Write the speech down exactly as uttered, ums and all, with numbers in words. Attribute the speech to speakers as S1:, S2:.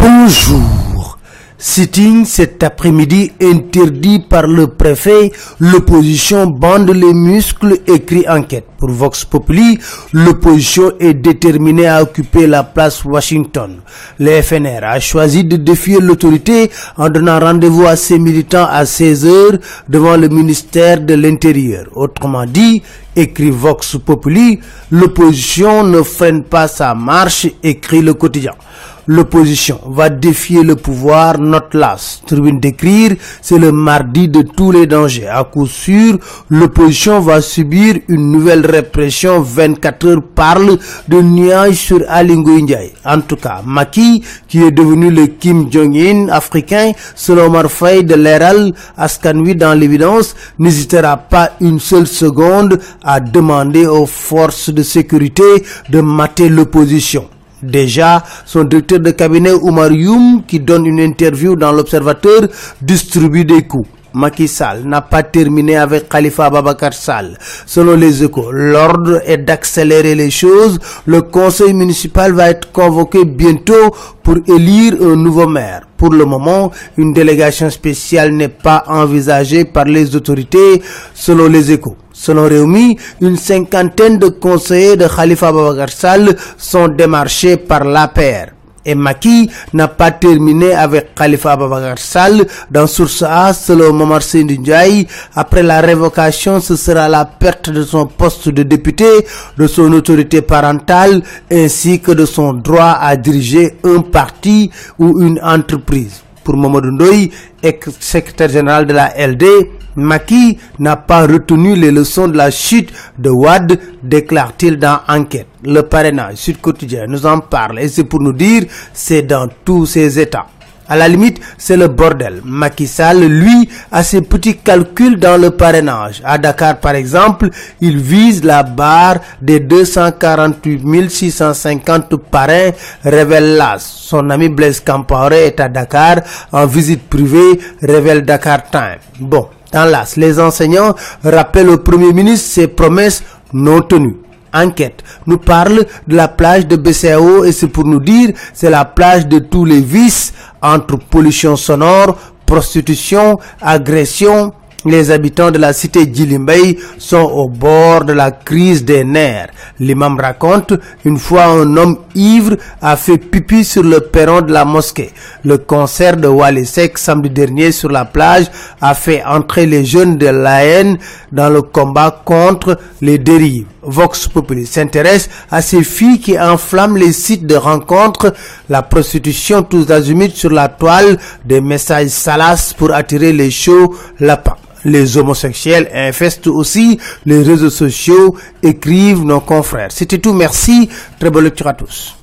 S1: Bonjour. Sitting cet après-midi interdit par le préfet, l'opposition bande les muscles, écrit Enquête. Pour Vox Populi, l'opposition est déterminée à occuper la place Washington. Le F N R a choisi de défier l'autorité en donnant rendez-vous à ses militants à seize heures devant le ministère de l'Intérieur. Autrement dit, écrit Vox Populi, l'opposition ne freine pas sa marche, écrit Le Quotidien. L'opposition va défier le pouvoir, note l'As. Tribune d'écrire, c'est le mardi de tous les dangers. À coup sûr, l'opposition va subir une nouvelle répression. vingt-quatre heures parle de nuages sur Aly Ngouille Ndiaye. En tout cas, Macky, qui est devenu le Kim Jong-un africain, selon Omar Faye de l'Herald, Askan Wi dans l'évidence, n'hésitera pas une seule seconde à demander aux forces de sécurité de mater l'opposition. Déjà, son directeur de cabinet Oumar Youm, qui donne une interview dans l'Observateur, distribue des coups. Macky Sall n'a pas terminé avec Khalifa Ababacar Sall. Selon les Échos, l'ordre est d'accélérer les choses. Le conseil municipal va être convoqué bientôt pour élire un nouveau maire. Pour le moment, une délégation spéciale n'est pas envisagée par les autorités, selon les Échos. Selon Rewmi, une cinquantaine de conseillers de Khalifa Ababacar Sall sont démarchés par l'A P R. Et Macky n'a pas terminé avec Khalifa Ababacar Sall. Dans Source A, selon Momar Seyni Ndiaye, après la révocation, ce sera la perte de son poste de député, de son autorité parentale, ainsi que de son droit à diriger un parti ou une entreprise. Pour Mamadou Ndoye, ex-secrétaire général de la L D, Macky n'a pas retenu les leçons de la chute de Wade, déclare-t-il dans Enquête. Le parrainage, Sud Quotidien nous en parle et c'est pour nous dire, c'est dans tous ces états. À la limite, c'est le bordel. Macky Sall, lui, a ses petits calculs dans le parrainage. À Dakar, par exemple, il vise la barre des deux cent quarante-huit mille six cent cinquante parrains, révèle l'As. Son ami Blaise Compaoré est à Dakar en visite privée, révèle Dakar Time. Bon, dans l'As, les enseignants rappellent au Premier ministre ses promesses non tenues. Enquête nous parle de la plage de B C E A O et c'est pour nous dire, c'est la plage de tous les vices entre pollution sonore, prostitution, agression. Les habitants de la cité Djilimbey sont au bord de la crise des nerfs. L'imam raconte, une fois un homme ivre a fait pipi sur le perron de la mosquée. Le concert de Wally Seck samedi dernier sur la plage a fait entrer les jeunes de l'A N dans le combat contre les dérives. Vox Populi s'intéresse à ces filles qui enflamment les sites de rencontres, la prostitution tous azimuts sur la toile, des messages salaces pour attirer les chauds lapins. Les homosexuels infestent aussi les réseaux sociaux, écrivent nos confrères. C'était tout, merci, très bonne lecture à tous.